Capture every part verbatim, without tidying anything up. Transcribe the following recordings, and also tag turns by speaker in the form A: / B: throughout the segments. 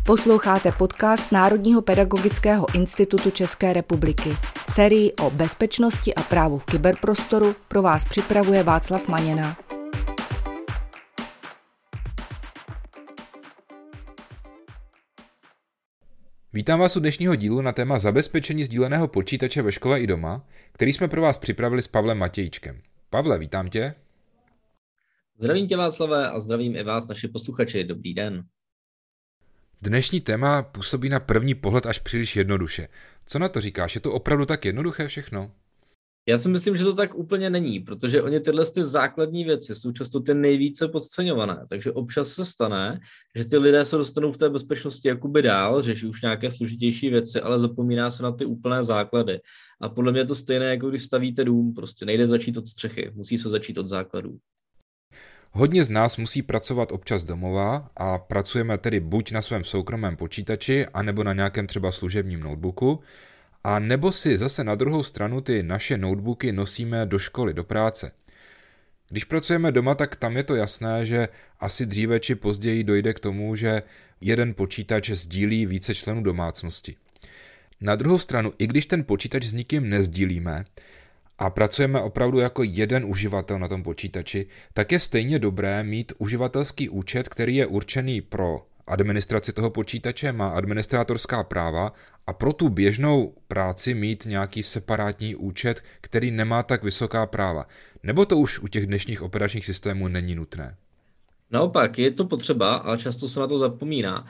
A: Posloucháte podcast Národního pedagogického institutu České republiky. Sérii o bezpečnosti a právu v kyberprostoru pro vás připravuje Václav Maněna.
B: Vítám vás u dnešního dílu na téma zabezpečení sdíleného počítače ve škole i doma, který jsme pro vás připravili s Pavlem Matějčkem. Pavle, vítám tě.
C: Zdravím tě, Václave, a zdravím i vás, naši posluchači. Dobrý den.
B: Dnešní téma působí na první pohled až příliš jednoduše. Co na to říkáš? Je to opravdu tak jednoduché všechno?
C: Já si myslím, že to tak úplně není, protože oni tyhle ty základní věci jsou často ty nejvíce podceňované, takže občas se stane, že ty lidé se dostanou v té bezpečnosti jakoby dál, řeší už nějaké složitější věci, ale zapomíná se na ty úplné základy. A podle mě je to stejné, jako když stavíte dům, prostě nejde začít od střechy, musí se začít od základů.
B: Hodně z nás musí pracovat občas domova a pracujeme tedy buď na svém soukromém počítači, anebo na nějakém třeba služebním notebooku, a nebo si zase na druhou stranu ty naše notebooky nosíme do školy, do práce. Když pracujeme doma, tak tam je to jasné, že asi dříve či později dojde k tomu, že jeden počítač sdílí více členů domácnosti. Na druhou stranu, i když ten počítač s nikým nezdílíme a pracujeme opravdu jako jeden uživatel na tom počítači, tak je stejně dobré mít uživatelský účet, který je určený pro administraci toho počítače, má administrátorská práva a pro tu běžnou práci mít nějaký separátní účet, který nemá tak vysoká práva. Nebo to už u těch dnešních operačních systémů není nutné?
C: Naopak, je to potřeba, ale často se na to zapomíná.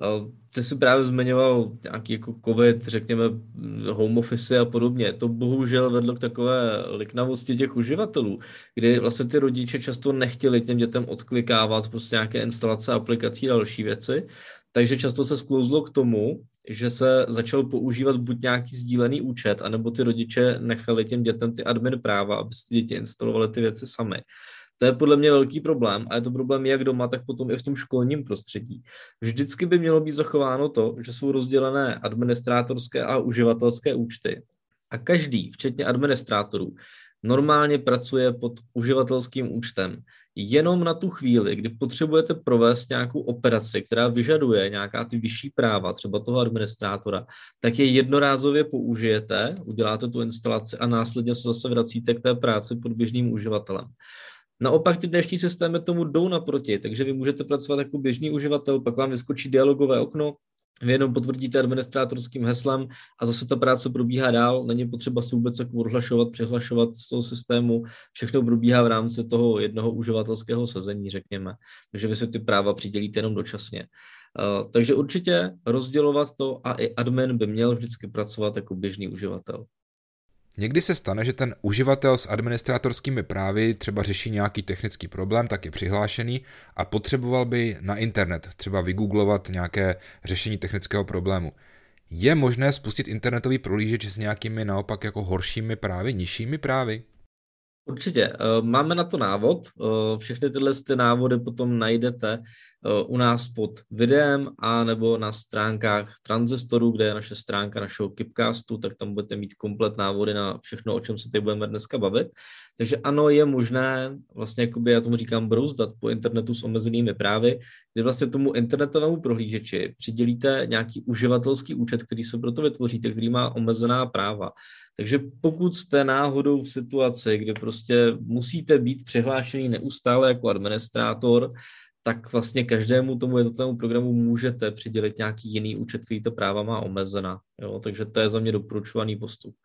C: Ty jsi právě zmiňoval nějaký jako covid, řekněme home office a podobně. To bohužel vedlo k takové liknavosti těch uživatelů, kdy vlastně ty rodiče často nechtěli těm dětem odklikávat prostě nějaké instalace aplikací a další věci. Takže často se sklouzlo k tomu, že se začal používat buď nějaký sdílený účet, anebo ty rodiče nechali těm dětem ty admin práva, aby si děti instalovaly ty věci sami. To je podle mě velký problém a je to problém jak doma, tak potom i v tom školním prostředí. Vždycky by mělo být zachováno to, že jsou rozdělené administrátorské a uživatelské účty a každý, včetně administrátorů, normálně pracuje pod uživatelským účtem. Jenom na tu chvíli, kdy potřebujete provést nějakou operaci, která vyžaduje nějaká ty vyšší práva, třeba toho administrátora, tak je jednorázově použijete, uděláte tu instalaci a následně se zase vracíte k té práci pod běžným uživatelem. Naopak ty dnešní systémy tomu jdou naproti, takže vy můžete pracovat jako běžný uživatel, pak vám vyskočí dialogové okno, vy jenom potvrdíte administrátorským heslem a zase ta práce probíhá dál, není potřeba se vůbec jako odhlašovat, přihlašovat z toho systému, všechno probíhá v rámci toho jednoho uživatelského sazení, řekněme, takže vy si ty práva přidělíte jenom dočasně. Uh, takže určitě rozdělovat to a i admin by měl vždycky pracovat jako běžný uživatel.
B: Někdy se stane, že ten uživatel s administrátorskými právy třeba řeší nějaký technický problém, tak je přihlášený a potřeboval by na internet třeba vygooglovat nějaké řešení technického problému. Je možné spustit internetový prohlížeč s nějakými naopak jako horšími právy, nižšími právy?
C: Určitě. Máme na to návod. Všechny tyhle ty návody potom najdete u nás pod videem a nebo na stránkách Transistoru, kde je naše stránka našeho Kipcastu, tak tam budete mít komplet návody na všechno, o čem se teď budeme dneska bavit. Takže ano, je možné, vlastně jakoby já tomu říkám brouzdat po internetu s omezenými právy, kdy vlastně tomu internetovému prohlížeči přidělíte nějaký uživatelský účet, který se proto vytvoříte, který má omezená práva. Takže pokud jste náhodou v situaci, kdy prostě musíte být přihlášený neustále jako administrátor, tak vlastně každému tomu jednotlivému programu můžete přidělit nějaký jiný účet, který ta práva má omezená. Jo? Takže to je za mě doporučovaný postup.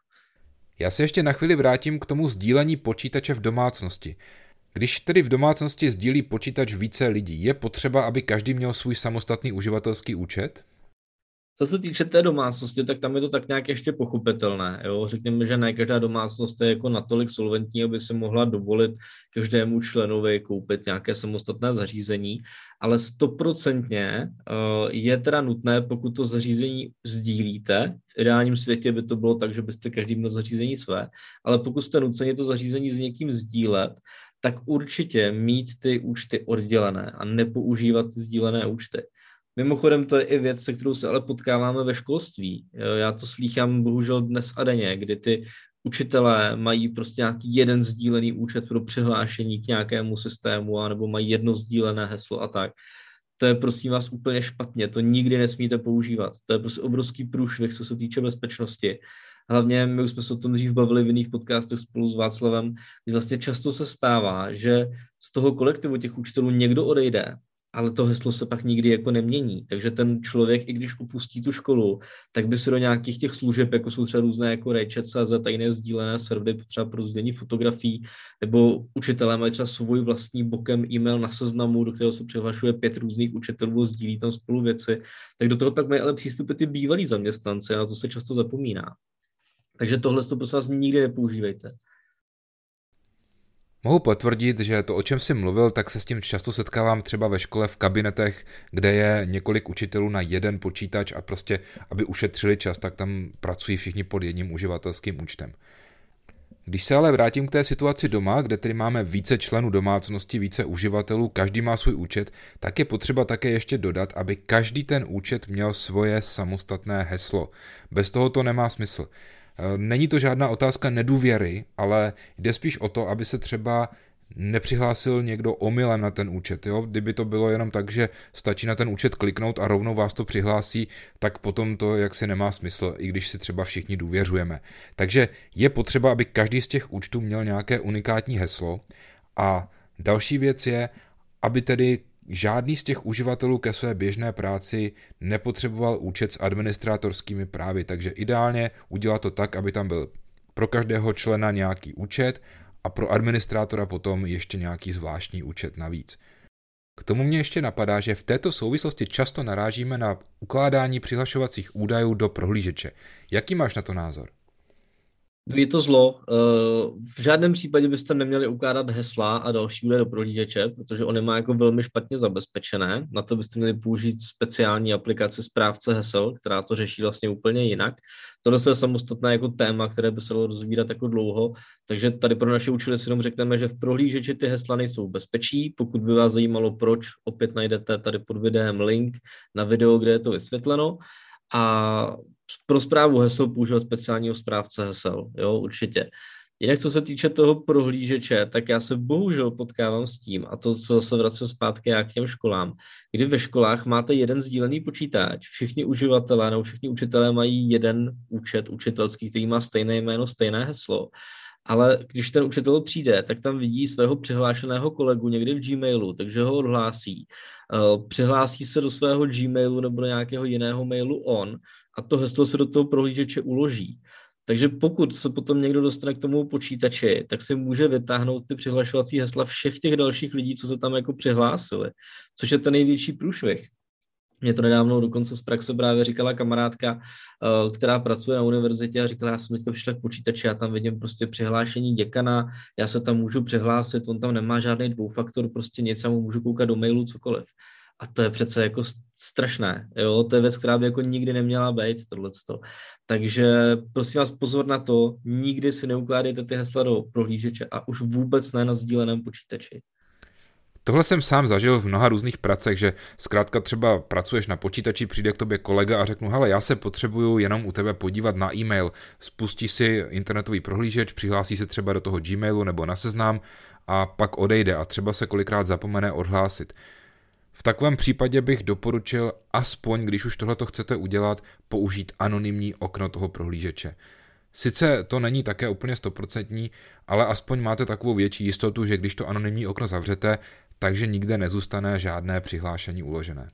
B: Já se ještě na chvíli vrátím k tomu sdílení počítače v domácnosti. Když tedy v domácnosti sdílí počítač více lidí, je potřeba, aby každý měl svůj samostatný uživatelský účet?
C: Co se týče té domácnosti, tak tam je to tak nějak ještě pochopitelné. Jo? Řekněme, že ne každá domácnost je jako natolik solventní, aby si mohla dovolit každému členovi koupit nějaké samostatné zařízení, ale stoprocentně je teda nutné, pokud to zařízení sdílíte, v ideálním světě by to bylo tak, že byste každý měl zařízení své, ale pokud jste nuceni to zařízení s někým sdílet, tak určitě mít ty účty oddělené a nepoužívat ty sdílené účty. Mimochodem to je i věc, se kterou se ale potkáváme ve školství. Já to slýchám bohužel dnes a denně, kdy ty učitelé mají prostě nějaký jeden sdílený účet pro přihlášení k nějakému systému, anebo mají jedno sdílené heslo a tak. To je prosím vás úplně špatně, to nikdy nesmíte používat. To je prostě obrovský průšvih, co se týče bezpečnosti. Hlavně my už jsme se o tom dřív bavili v jiných podcastech spolu s Václavem, kdy vlastně často se stává, že z toho kolektivu těch učitelů někdo odejde, ale to heslo se pak nikdy jako nemění. Takže ten člověk, i když opustí tu školu, tak by se do nějakých těch služeb, jako jsou třeba různé jako Raychat tečka cé zet, tajné sdílené servery třeba pro sdílení fotografií, nebo učitelé mají třeba svůj vlastní bokem e-mail na Seznamu, do kterého se přihlašuje pět různých učitelů, sdílí tam spolu věci, tak do toho pak mají ale přístupy ty bývalí zaměstnanci a na to se často zapomíná. Takže tohle to prosím vás nikdy nepoužívejte.
B: Mohu potvrdit, že to, o čem jsi mluvil, tak se s tím často setkávám třeba ve škole v kabinetech, kde je několik učitelů na jeden počítač a prostě, aby ušetřili čas, tak tam pracují všichni pod jedním uživatelským účtem. Když se ale vrátím k té situaci doma, kde tedy máme více členů domácnosti, více uživatelů, každý má svůj účet, tak je potřeba také ještě dodat, aby každý ten účet měl svoje samostatné heslo. Bez toho to nemá smysl. Není to žádná otázka nedůvěry, ale jde spíš o to, aby se třeba nepřihlásil někdo omylem na ten účet. Jo? Kdyby to bylo jenom tak, že stačí na ten účet kliknout a rovnou vás to přihlásí, tak potom to jaksi nemá smysl, i když si třeba všichni důvěřujeme. Takže je potřeba, aby každý z těch účtů měl nějaké unikátní heslo. A další věc je, aby tedy žádný z těch uživatelů ke své běžné práci nepotřeboval účet s administrátorskými právy, takže ideálně udělat to tak, aby tam byl pro každého člena nějaký účet a pro administrátora potom ještě nějaký zvláštní účet navíc. K tomu mě ještě napadá, že v této souvislosti často narážíme na ukládání přihlašovacích údajů do prohlížeče. Jaký máš na to názor?
C: Je to zlo. V žádném případě byste neměli ukládat hesla a další údaje do prohlížeče, protože on je má jako velmi špatně zabezpečené. Na to byste měli použít speciální aplikaci správce hesel, která to řeší vlastně úplně jinak. Tohle je samostatné jako téma, které by se dalo rozvírat jako dlouho, takže tady pro naše účely si jenom řekneme, že v prohlížeči ty hesla nejsou v bezpečí. Pokud by vás zajímalo proč, opět najdete tady pod videem link na video, kde je to vysvětleno. A pro správu hesel používat speciálního správce hesel, jo, určitě. Jinak co se týče toho prohlížeče, tak já se bohužel potkávám s tím, a to se zase vracím zpátky já k těm školám, kdy ve školách máte jeden sdílený počítač, všichni uživatelé nebo všichni učitelé mají jeden účet učitelský, který má stejné jméno, stejné heslo, ale když ten učitel přijde, tak tam vidí svého přihlášeného kolegu někdy v Gmailu, takže ho odhlásí, přihlásí se do svého Gmailu nebo do nějakého jiného mailu on a to heslo se do toho prohlížeče uloží. Takže pokud se potom někdo dostane k tomu počítači, tak si může vytáhnout ty přihlašovací hesla všech těch dalších lidí, co se tam jako přihlásili, což je ten největší průšvih. Mě to nedávno dokonce z praxe právě říkala kamarádka, která pracuje na univerzitě a říkala, já jsem teďka přišla k počítači, já tam vidím prostě přihlášení děkana, já se tam můžu přihlásit, on tam nemá žádný dvoufaktor, prostě nic, já mu můžu koukat do mailu, cokoliv. A to je přece jako strašné, jo, to je věc, která by jako nikdy neměla být, tohleto. Takže prosím vás pozor na to, nikdy si neukládejte ty hesla do prohlížeče a už vůbec ne na sdíleném počítači.
B: Tohle jsem sám zažil v mnoha různých pracech, že zkrátka třeba pracuješ na počítači, přijde k tobě kolega a řeknu, hele, já se potřebuju jenom u tebe podívat na e-mail, spustí si internetový prohlížeč, přihlásí se třeba do toho Gmailu nebo na Seznam a pak odejde a třeba se kolikrát zapomene odhlásit. V takovém případě bych doporučil aspoň, když už tohleto chcete udělat, použít anonymní okno toho prohlížeče. Sice to není také úplně stoprocentní, ale aspoň máte takovou větší jistotu, že když to anonymní okno zavřete, takže nikde nezůstane žádné přihlášení uložené.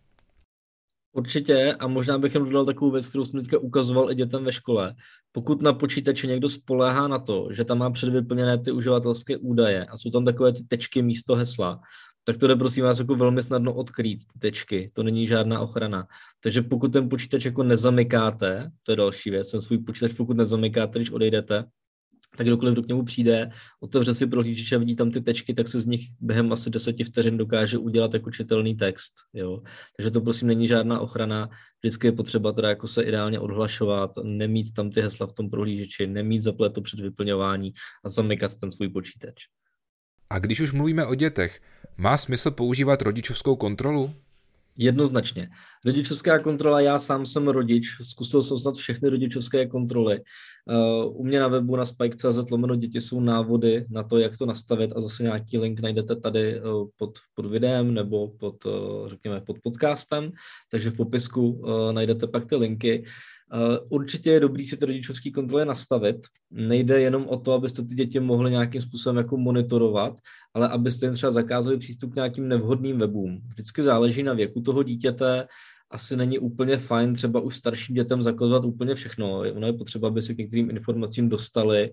C: Určitě a možná bych jen dodal takovou věc, kterou jsem teďka ukazoval i dětem ve škole. Pokud na počítači někdo spoléhá na to, že tam má předvyplněné ty uživatelské údaje a jsou tam takové ty tečky místo hesla, tak to jde prosím vás jako velmi snadno odkrýt, ty tečky, to není žádná ochrana. Takže pokud ten počítač jako nezamykáte, to je další věc, ten svůj počítač pokud nezamykáte, když odejdete, tak kdokoliv kdo k němu přijde, otevře si prohlížeč a vidí tam ty tečky, tak se z nich během asi deseti vteřin dokáže udělat jako čitelný text. Jo. Takže to prosím není žádná ochrana, vždycky je potřeba teda jako se ideálně odhlašovat, nemít tam ty hesla v tom prohlížeči, nemít zapleto před vyplňování a zamykat ten svůj počítač.
B: A když už mluvíme o dětech, má smysl používat rodičovskou kontrolu?
C: Jednoznačně. Rodičovská kontrola, já sám jsem rodič, zkusil jsem snad všechny rodičovské kontroly. Uh, u mě na webu na spike tečka cz lomeno děti jsou návody na to, jak to nastavit a zase nějaký link najdete tady uh, pod, pod videem nebo pod, uh, řekněme, pod podcastem, takže v popisku uh, najdete pak ty linky. Uh, určitě je dobrý si ty rodičovské kontroly nastavit. Nejde jenom o to, abyste ty děti mohli nějakým způsobem jako monitorovat, ale abyste jim třeba zakázali přístup k nějakým nevhodným webům. Vždycky záleží na věku toho dítěte. Asi není úplně fajn třeba už starším dětem zakazovat úplně všechno. Ono je potřeba, aby se k některým informacím dostali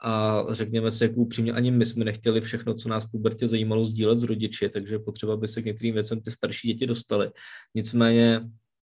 C: a řekněme si, jako upřímně, ani my jsme nechtěli všechno, co nás v pubertě zajímalo, sdílet s rodiči, takže je potřeba, aby se k některým věcem ty starší děti dostaly. Nicméně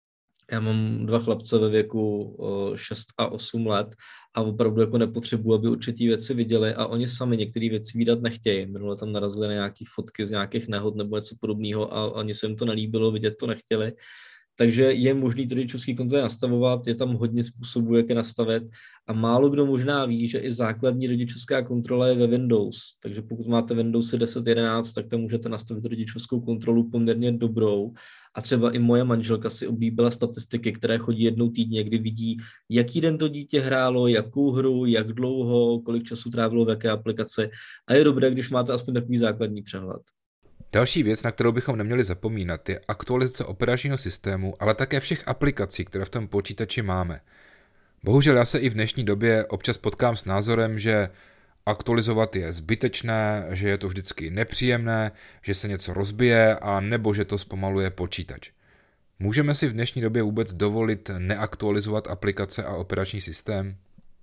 C: já mám dva chlapce ve věku šest a osm let a opravdu jako nepotřebuji, aby určitý věci viděli a oni sami některé věci vidět nechtějí. Minule tam narazili na nějaké fotky z nějakých nehod nebo něco podobného a ani se jim to nelíbilo, vidět to nechtěli. Takže je možný ty rodičovský kontroly nastavovat, je tam hodně způsobů, jak je nastavit a málo kdo možná ví, že i základní rodičovská kontrola je ve Windows. Takže pokud máte Windows deset jedenáct, tak tam můžete nastavit rodičovskou kontrolu poměrně dobrou. A třeba i moje manželka si oblíbila statistiky, které chodí jednou týdně, kdy vidí, jaký den to dítě hrálo, jakou hru, jak dlouho, kolik času trávilo v jaké aplikaci. A je dobré, když máte aspoň takový základní přehled.
B: Další věc, na kterou bychom neměli zapomínat, je aktualizace operačního systému, ale také všech aplikací, které v tom počítači máme. Bohužel já se i v dnešní době občas potkám s názorem, že aktualizovat je zbytečné, že je to vždycky nepříjemné, že se něco rozbije a nebo že to zpomaluje počítač. Můžeme si v dnešní době vůbec dovolit neaktualizovat aplikace a operační systém?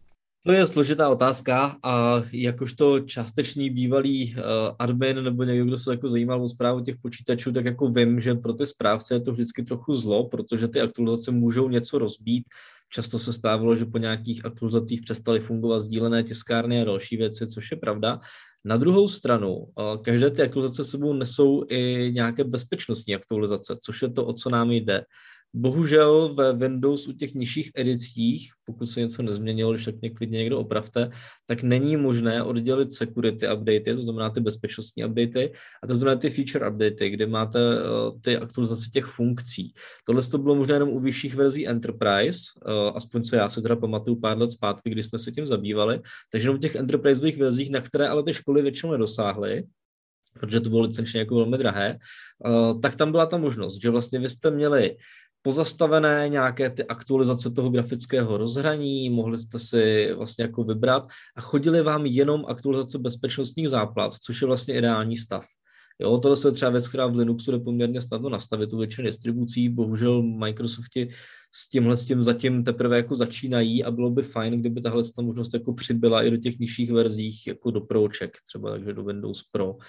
C: To je složitá otázka a jakožto částečný bývalý uh, admin nebo někdo, kdo se jako zajímal o správu těch počítačů, tak jako vím, že pro ty správce je to vždycky trochu zlo, protože ty aktualizace můžou něco rozbít. Často se stávalo, že po nějakých aktualizacích přestaly fungovat sdílené tiskárny a další věci, což je pravda. Na druhou stranu, uh, každé ty aktualizace sebou nesou i nějaké bezpečnostní aktualizace, což je to, o co nám jde. Bohužel ve Windows u těch nižších edicích, pokud se něco nezměnilo, když tak mě klidně někdo opravte, tak není možné oddělit security updaty, to znamená ty bezpečnostní updaty, a to znamená ty feature updaty, kde máte uh, ty aktualizace těch funkcí. Tohle to bylo možná jenom u vyšších verzí Enterprise, uh, aspoň co já se teda pamatuju pár let zpátky, kdy jsme se tím zabývali, takže jenom v těch enterpriseových verzích, na které ale ty školy většinou nedosáhly, protože to bylo licenčně jako velmi drahé, uh, tak tam byla ta možnost, že vlastně vy jste měli pozastavené nějaké ty aktualizace toho grafického rozhraní, mohli jste si vlastně jako vybrat a chodili vám jenom aktualizace bezpečnostních záplat, což je vlastně ideální stav. Jo, tohle je třeba věc, která v Linuxu je poměrně snadno nastavit u většiny distribucí, bohužel Microsofti s tímhle s tím zatím teprve jako začínají a bylo by fajn, kdyby tahle ta možnost jako přibyla i do těch nižších verzích, jako do Proček, třeba takže do Windows Pro. Uh,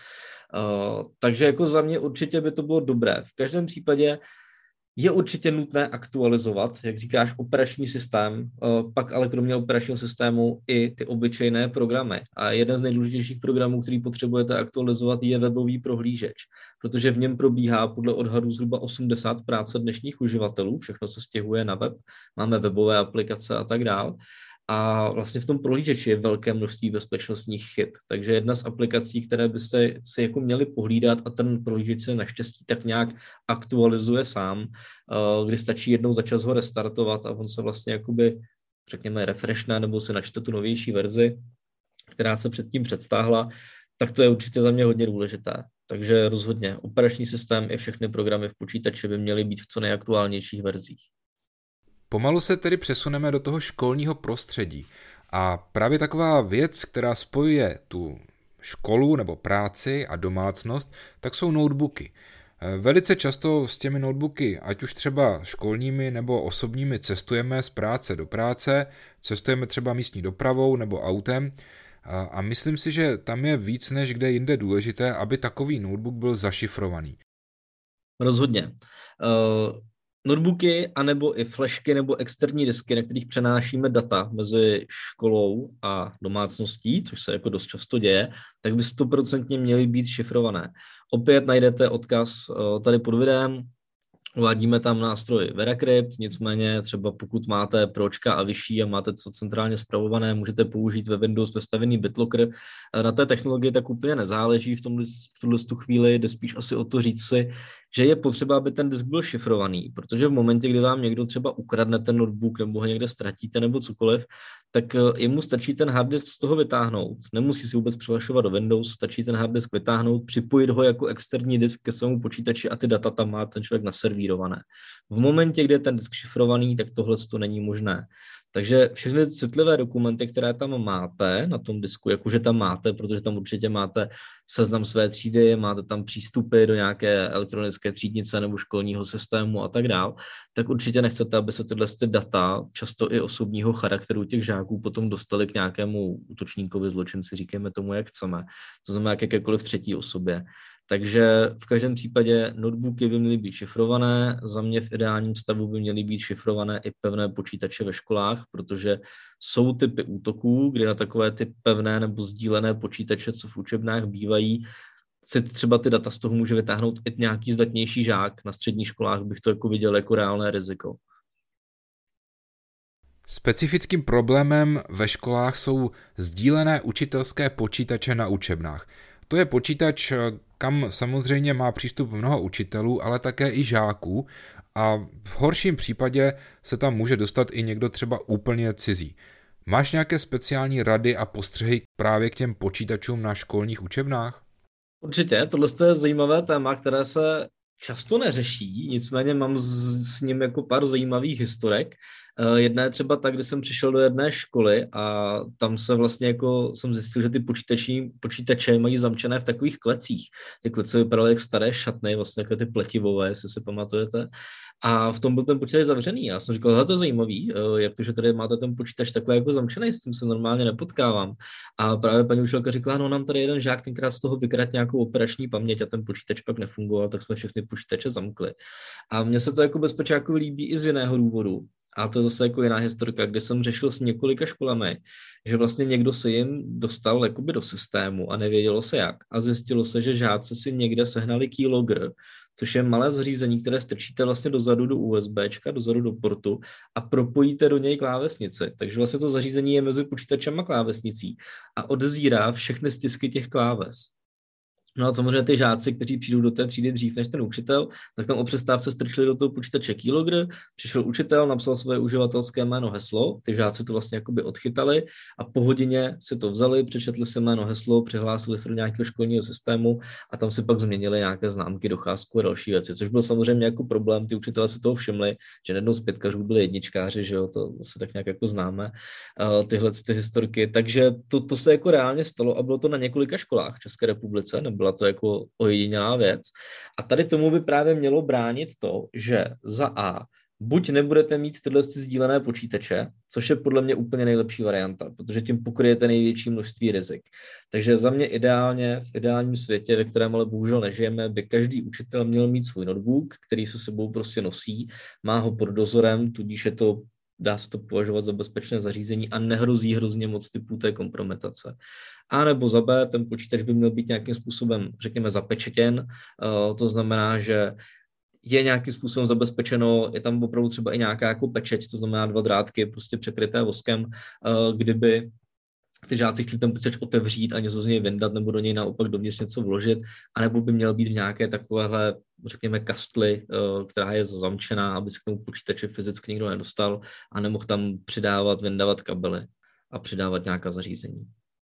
C: takže jako za mě určitě by to bylo dobré. V každém případě je určitě nutné aktualizovat, jak říkáš, operační systém, pak ale kromě operačního systému i ty obyčejné programy. A jeden z nejdůležitějších programů, který potřebujete aktualizovat, je webový prohlížeč, protože v něm probíhá podle odhadu zhruba osmdesát práce dnešních uživatelů, všechno se stěhuje na web, máme webové aplikace a tak dál. A vlastně v tom prohlížeči je velké množství bezpečnostních chyb. Takže jedna z aplikací, které byste si jako měli pohlídat a ten prohlížeč se naštěstí tak nějak aktualizuje sám, kdy stačí jednou za čas ho restartovat a on se vlastně jakoby, řekněme, refreshne nebo si načte tu novější verzi, která se předtím předstáhla, tak to je určitě za mě hodně důležité. Takže rozhodně operační systém i všechny programy v počítači by měly být v co nejaktuálnějších verzích.
B: Pomalu se tedy přesuneme do toho školního prostředí a právě taková věc, která spojuje tu školu nebo práci a domácnost, tak jsou notebooky. Velice často s těmi notebooky, ať už třeba školními nebo osobními, cestujeme z práce do práce, cestujeme třeba místní dopravou nebo autem a myslím si, že tam je víc než kde jinde důležité, aby takový notebook byl zašifrovaný.
C: Rozhodně. Uh... Notebooky, anebo i flashky nebo externí disky, na kterých přenášíme data mezi školou a domácností, což se jako dost často děje, tak by stoprocentně měly být šifrované. Opět najdete odkaz tady pod videem, uvádíme tam nástroj Veracrypt, nicméně třeba pokud máte Pročka a vyšší a máte to centrálně spravované, můžete použít ve Windows vestavený BitLocker. Na té technologii tak úplně nezáleží v tomhle v tuhle chvíli, jde spíš asi o to říct si, že je potřeba, aby ten disk byl šifrovaný, protože v momentě, kdy vám někdo třeba ukradne ten notebook nebo ho někde ztratíte nebo cokoliv, tak jemu stačí ten hard disk z toho vytáhnout. Nemusí si vůbec přihlašovat do Windows, stačí ten hard disk vytáhnout, připojit ho jako externí disk ke svému počítači a ty data tam má ten člověk naservírované. V momentě, kdy je ten disk šifrovaný, tak tohle to není možné. Takže všechny citlivé dokumenty, které tam máte na tom disku, jakože tam máte, protože tam určitě máte seznam své třídy, máte tam přístupy do nějaké elektronické třídnice nebo školního systému a tak dál, tak určitě nechcete, aby se tyhle data, často i osobního charakteru těch žáků, potom dostali k nějakému útočníkovi, zločinci, říkejme tomu, jak chceme. To znamená k jakékoliv třetí osobě. Takže v každém případě notebooky by měly být šifrované, za mě v ideálním stavu by měly být šifrované i pevné počítače ve školách, protože jsou typy útoků, kdy na takové ty pevné nebo sdílené počítače, co v učebnách bývají, si třeba ty data z toho může vytáhnout i nějaký zdatnější žák. Na středních školách bych to jako viděl jako reálné riziko.
B: Specifickým problémem ve školách jsou sdílené učitelské počítače na učebnách. To je počítač, kam samozřejmě má přístup mnoho učitelů, ale také i žáků a v horším případě se tam může dostat i někdo třeba úplně cizí. Máš nějaké speciální rady a postřehy právě k těm počítačům na školních učebnách?
C: Určitě, tohle je zajímavé téma, které se často neřeší, nicméně mám s, s ním jako pár zajímavých historek. Jedna je třeba tak, kdy jsem přišel do jedné školy a tam se vlastně jako jsem zjistil, že ty počítače, počítače mají zamčené v takových klecích. Ty klece vypadaly jak staré šatny, vlastně jako ty pletivové, jestli si pamatujete. A v tom byl ten počítač zavřený. Já jsem říkal, to je zajímavý, jak to, že tady máte ten počítač takhle jako zamčený, s tím se normálně nepotkávám. A právě paní učitelka říkala, no nám tady jeden žák tenkrát z toho vykradl nějakou operační paměť a ten počítač pak nefungoval, tak jsme všechny počítače zamkli. A mně se to jako bezpečákovi líbí i z jiného důvodu. A to je zase jako jiná historka, kde jsem řešil s několika školami, že vlastně někdo se jim dostal jakoby do systému a nevědělo se jak. A zjistilo se, že žáci si někde sehnali keylogger, což je malé zařízení, které strčíte vlastně dozadu do USBčka, dozadu do portu a propojíte do něj klávesnici. Takže vlastně to zařízení je mezi počítačem a klávesnicí a odzírá všechny stisky těch kláves. No a samozřejmě ty žáci, kteří přijdou do té třídy dřív než ten učitel, tak tam o přestávce strčili do toho počítače keylogger, přišel učitel, napsal své uživatelské jméno, heslo, ty žáci to vlastně jakoby odchytali a po hodině si to vzali, přečetli si jméno, heslo, přihlásili se do nějakého školního systému a tam si pak změnili nějaké známky, docházku a další věci, což byl samozřejmě jako problém, ty učitelé si toho všimli, že jednou z pětkařů byli jedničkáři, že jo, to se tak nějak jako známe, uh, tyhle ty historky, takže to, to se jako reálně stalo a bylo to na několika školách v České republice, nebo byla to jako ojedinělá věc. A tady tomu by právě mělo bránit to, že za A, buď nebudete mít tyhle sdílené počítače, což je podle mě úplně nejlepší varianta, protože tím pokryjete největší množství rizik. Takže za mě ideálně, v ideálním světě, ve kterém ale bohužel nežijeme, by každý učitel měl mít svůj notebook, který se sebou prostě nosí, má ho pod dozorem, tudíž je to dá se to považovat za bezpečné zařízení a nehrozí hrozně moc typů té kompromitace. A nebo za B, ten počítač by měl být nějakým způsobem, řekněme, zapečetěn, to znamená, že je nějakým způsobem zabezpečeno, je tam opravdu třeba i nějaká jako pečeť, to znamená dva drátky prostě překryté voskem, kdyby ty žáci chtěli ten počítač otevřít a něco z něj vyndat nebo do něj naopak dovnitř něco vložit, anebo by měl být v nějaké takovéhle, řekněme, kastli, která je zamčená, aby se k tomu počítači fyzicky nikdo nedostal a nemohl tam přidávat, vyndávat kabely a přidávat nějaká zařízení.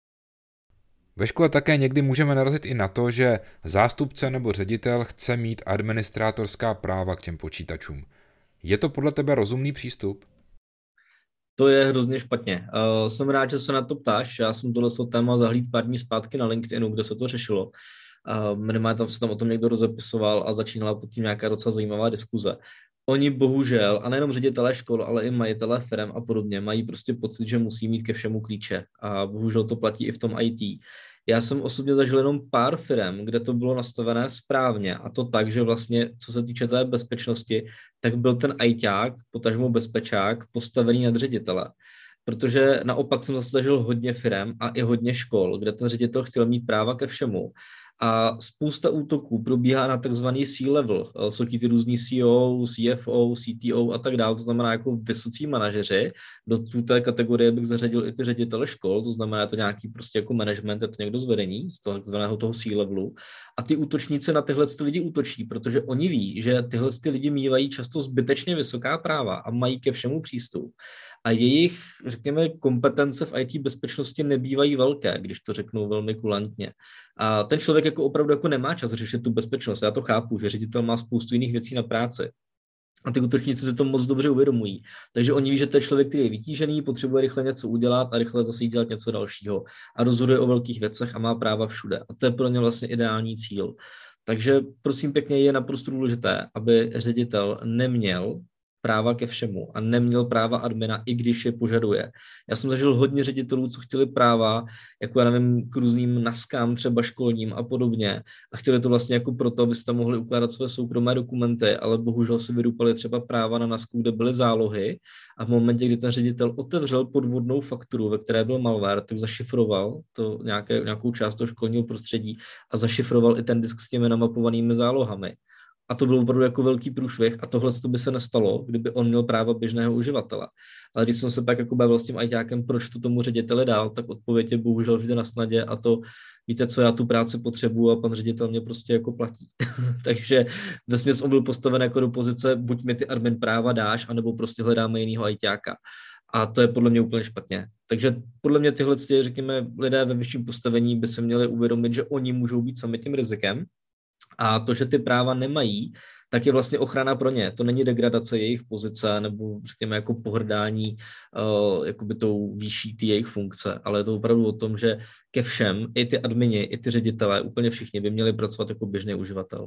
B: Ve škole také někdy můžeme narazit i na to, že zástupce nebo ředitel chce mít administrátorská práva k těm počítačům. Je to podle tebe rozumný přístup?
C: To je hrozně špatně. Uh, jsem rád, že se na to ptáš. Já jsem tohle téma zahlídl pár dní zpátky na LinkedInu, kde se to řešilo. Uh, minimálně tam se tam o tom někdo rozepisoval a začínala pod tím nějaká docela zajímavá diskuze. Oni bohužel, a nejenom ředitelé škol, ale i majitelé firem a podobně, mají prostě pocit, že musí mít ke všemu klíče. A bohužel to platí i v tom í té. Já jsem osobně zažil jenom pár firem, kde to bylo nastavené správně a to tak, že vlastně, co se týče té bezpečnosti, tak byl ten ajťák, potažmo bezpečák, postavený nad ředitele. Protože naopak jsem zase zažil hodně firem a i hodně škol, kde ten ředitel chtěl mít práva ke všemu. A spousta útoků probíhá na takzvaný C-level, jsou ty různý C O, C F O, C T O a tak dále, to znamená jako vysocí manažeři. Do té kategorie bych zařadil i ty ředitele škol, to znamená to nějaký prostě jako management, je to někdo z vedení, z toho takzvaného toho C-levelu. A ty útočníci na tyhle ty lidi útočí, protože oni ví, že tyhle ty lidi mívají často zbytečně vysoká práva a mají ke všemu přístup. A jejich, řekněme, kompetence v I T bezpečnosti nebývají velké, když to řeknu velmi kulantně. A ten člověk jako opravdu jako nemá čas řešit tu bezpečnost. Já to chápu, že ředitel má spoustu jiných věcí na práci. A ty útočníci si to moc dobře uvědomují. Takže oni ví, že to je člověk, který je vytížený, potřebuje rychle něco udělat a rychle zase dělat něco dalšího. A rozhoduje o velkých věcech a má práva všude. A to je pro ně vlastně ideální cíl. Takže prosím pěkně, je naprosto důležité, aby ředitel neměl práva ke všemu a neměl práva admina, i když je požaduje. Já jsem zažil hodně ředitelů, co chtěli práva, jako já nevím, k různým naskám, třeba školním a podobně. A chtěli to vlastně jako proto, abyste mohli ukládat své soukromé dokumenty, ale bohužel si vydupali třeba práva na nasku, kde byly zálohy. A v momentě, kdy ten ředitel otevřel podvodnou fakturu, ve které byl malware, tak zašifroval to nějaké, nějakou část toho školního prostředí a zašifroval i ten disk s těmi namapovanými zálohami. A to byl opravdu jako velký průšvih a tohle by se nestalo, kdyby on měl práva běžného uživatele. Ale když jsem se pak jako bavil s tím ajťákem, proč to tomu řediteli dál, tak odpověď je bohužel vždy na snadě a to víte co, já tu práci potřebuju a pan ředitel mě prostě jako platí. Takže vesměs on byl postaven jako do pozice, buď mi ty admin práva dáš, anebo prostě hledáme jinýho ajťáka. A to je podle mě úplně špatně. Takže podle mě tyhle, řekněme, lidé ve vyšším postavení by se měli uvědomit, že oni můžou být sami tím rizikem. A to, že ty práva nemají, tak je vlastně ochrana pro ně. To není degradace jejich pozice nebo řekněme jako pohrdání uh, jakoby tou výší ty jejich funkce, ale je to opravdu o tom, že ke všem, i ty admini, i ty ředitelé, úplně všichni by měli pracovat jako běžný uživatel.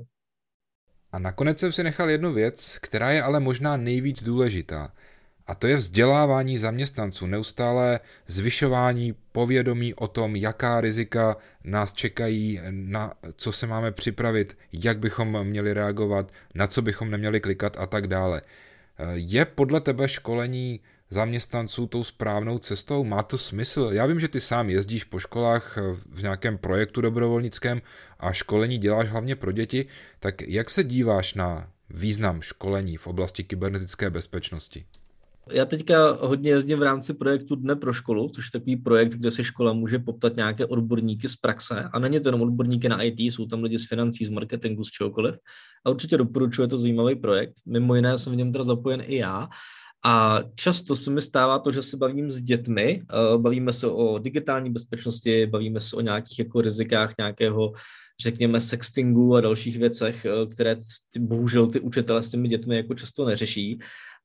B: A nakonec jsem si nechal jednu věc, která je ale možná nejvíc důležitá. A to je vzdělávání zaměstnanců, neustále zvyšování povědomí o tom, jaká rizika nás čekají, na co se máme připravit, jak bychom měli reagovat, na co bychom neměli klikat a tak dále. Je podle tebe školení zaměstnanců tou správnou cestou? Má to smysl? Já vím, že ty sám jezdíš po školách v nějakém projektu dobrovolnickém a školení děláš hlavně pro děti, tak jak se díváš na význam školení v oblasti kybernetické bezpečnosti?
C: Já teďka hodně jezdím v rámci projektu Dne pro školu, což je takový projekt, kde se škola může poptat nějaké odborníky z praxe. A není to jenom odborníky na I T, jsou tam lidi z financí, z marketingu, z čehokoliv. A určitě doporučuji, je to zajímavý projekt. Mimo jiné jsem v něm teda zapojen i já. A často se mi stává to, že se bavím s dětmi, bavíme se o digitální bezpečnosti, bavíme se o nějakých jako rizikách nějakého, řekněme, sextingu a dalších věcech, které ty, bohužel ty učitelé s těmi dětmi jako často neřeší.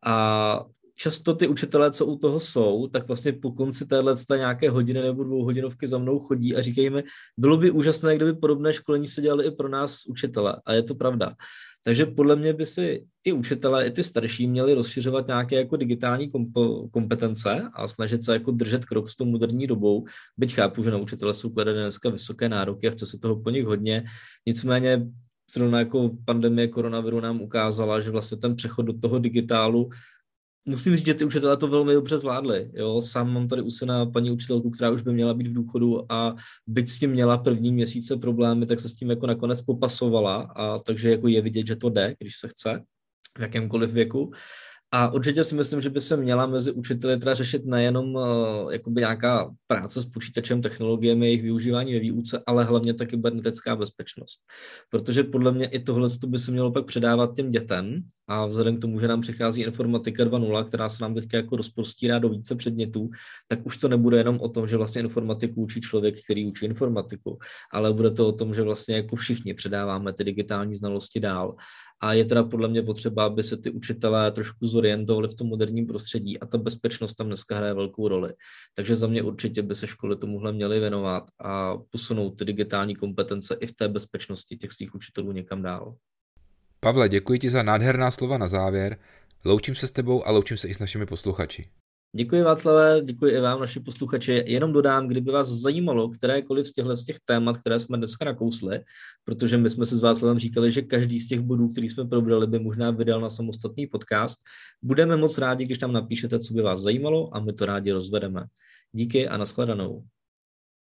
C: A často ty učitelé, co u toho jsou, tak vlastně po konci téhle nějaké hodiny nebo dvouhodinovky za mnou chodí a říkají mi, bylo by úžasné, kdyby podobné školení se dělali i pro nás učitele. A je to pravda. Takže podle mě by si i učitelé, i ty starší měli rozšiřovat nějaké jako digitální komp- kompetence a snažit se jako držet krok s tou moderní dobou. Byť chápu, že na učitele jsou kladené dneska vysoké nároky a chce se toho po nich hodně. Nicméně zrovna jako pandemie koronaviru nám ukázala, že vlastně ten přechod do toho digitálu, musím říct, že ty učitelé to velmi dobře zvládli. Jo? Sám mám tady u syna paní učitelku, která už by měla být v důchodu a byť s tím měla první měsíce problémy, tak se s tím jako nakonec popasovala, a takže jako je vidět, že to jde, když se chce, v jakémkoliv věku. A určitě si myslím, že by se měla mezi učiteli teda řešit nejenom uh, jakoby nějaká práce s počítačem, technologiemi, jejich využívání ve výuce, ale hlavně ta kybernetická bezpečnost. Protože podle mě i tohle by se mělo pak předávat těm dětem a vzhledem k tomu, že nám přichází informatika dva tečka nula, která se nám teďka jako rozprostírá do více předmětů, tak už to nebude jenom o tom, že vlastně informatiku učí člověk, který učí informatiku, ale bude to o tom, že vlastně jako všichni předáváme ty digitální znalosti dál. A je teda podle mě potřeba, aby se ty učitelé trošku zorientovali v tom moderním prostředí a ta bezpečnost tam dneska hraje velkou roli. Takže za mě určitě by se školy tomuhle měly věnovat a posunout ty digitální kompetence i v té bezpečnosti těch svých učitelů někam dál.
B: Pavle, děkuji ti za nádherná slova na závěr. Loučím se s tebou a loučím se i s našimi posluchači.
C: Děkuji Václave, děkuji i vám, naši posluchači. Jenom dodám, kdyby vás zajímalo kterékoliv z těchto z těch témat, které jsme dneska nakousli, protože my jsme si s Václavem říkali, že každý z těch bodů, který jsme probrali, by možná vydal na samostatný podcast. Budeme moc rádi, když tam napíšete, co by vás zajímalo, a my to rádi rozvedeme. Díky a nashledanou.